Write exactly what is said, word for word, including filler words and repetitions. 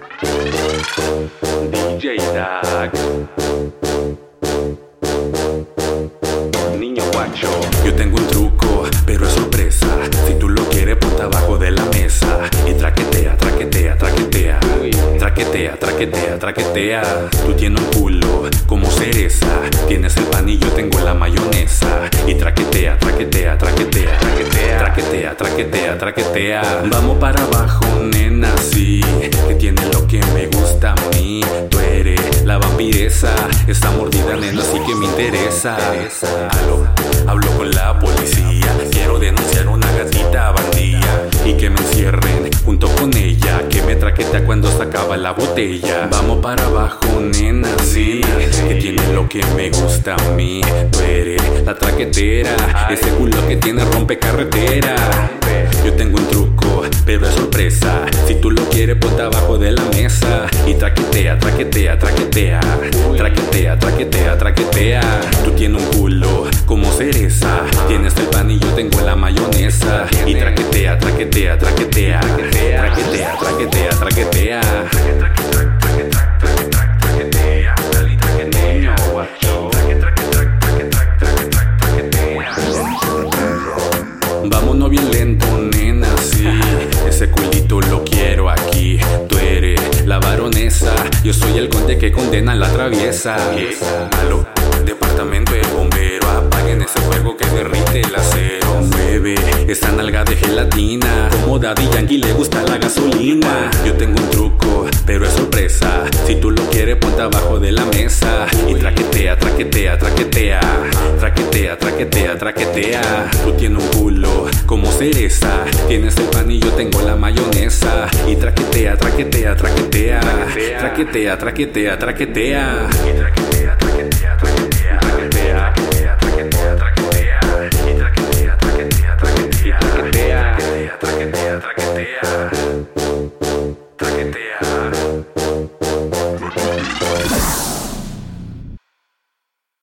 D J Dag, Niño Guacho. Yo tengo un truco, pero es sorpresa. Si tú lo quieres, ponte abajo de la mesa y traquetea, traquetea, traquetea. Traquetea, traquetea, traquetea. Tú tienes un culo como cereza. Tienes el pan y yo tengo la mayonesa. Y traquetea, traquetea, traquetea. Traquetea, traquetea, traquetea. Vamos para abajo, nena, sí. Que tiene lo que me gusta a mí. Tú eres la vampiresa. Esta mordida, nena, sí que me interesa. Aló, hablo con la policía. Quiero denunciar una gatita bandía y que me encierren junto con ella, que me traquetea cuando se acaba la botella. Vamos para abajo, nena, sí. Que tiene lo que me gusta a mí. Tú eres la traquetera. Ese culo que tiene rompe carretera. Yo tengo un truco, pero es sorpresa. Si tú lo quieres, ponte abajo de la mesa y traquetea, traquetea, traquetea. Traquetea, traquetea, traquetea. Tú tienes un culo como cereza. Tienes el pan y yo tengo la mayonesa. Y traquetea, traquetea, traquetea. Traquetea, traquetea, traquetea. Vámonos bien lento, nena, sí. Ese culito lo quiero aquí. Tú eres la baronesa. Yo soy el conde que condena la traviesa. Aló, departamento de bombero. Apaguen ese fuego que derrite el acero. Mueve esa nalga de gelatina. Como Daddy Yankee le gusta la gasolina. Yo tengo un truco, pero es sorpresa. Si tú lo quieres, ponte abajo de la mesa y traquetea, traquetea, traquetea. Traquetea, traquetea, traquetea. Tú tienes un culo como cereza. Tienes el pan y yo tengo la mayonesa. Y traquetea, traquetea, traquetea. Traquetea, traquetea, traquetea. Y traquetea, traquetea, traquetea. Traquetea, traquetea, traquetea, traquetea. Y traquetea, traquetea, traquetea. Traquetea, traquetea, traquetea. Traquetea.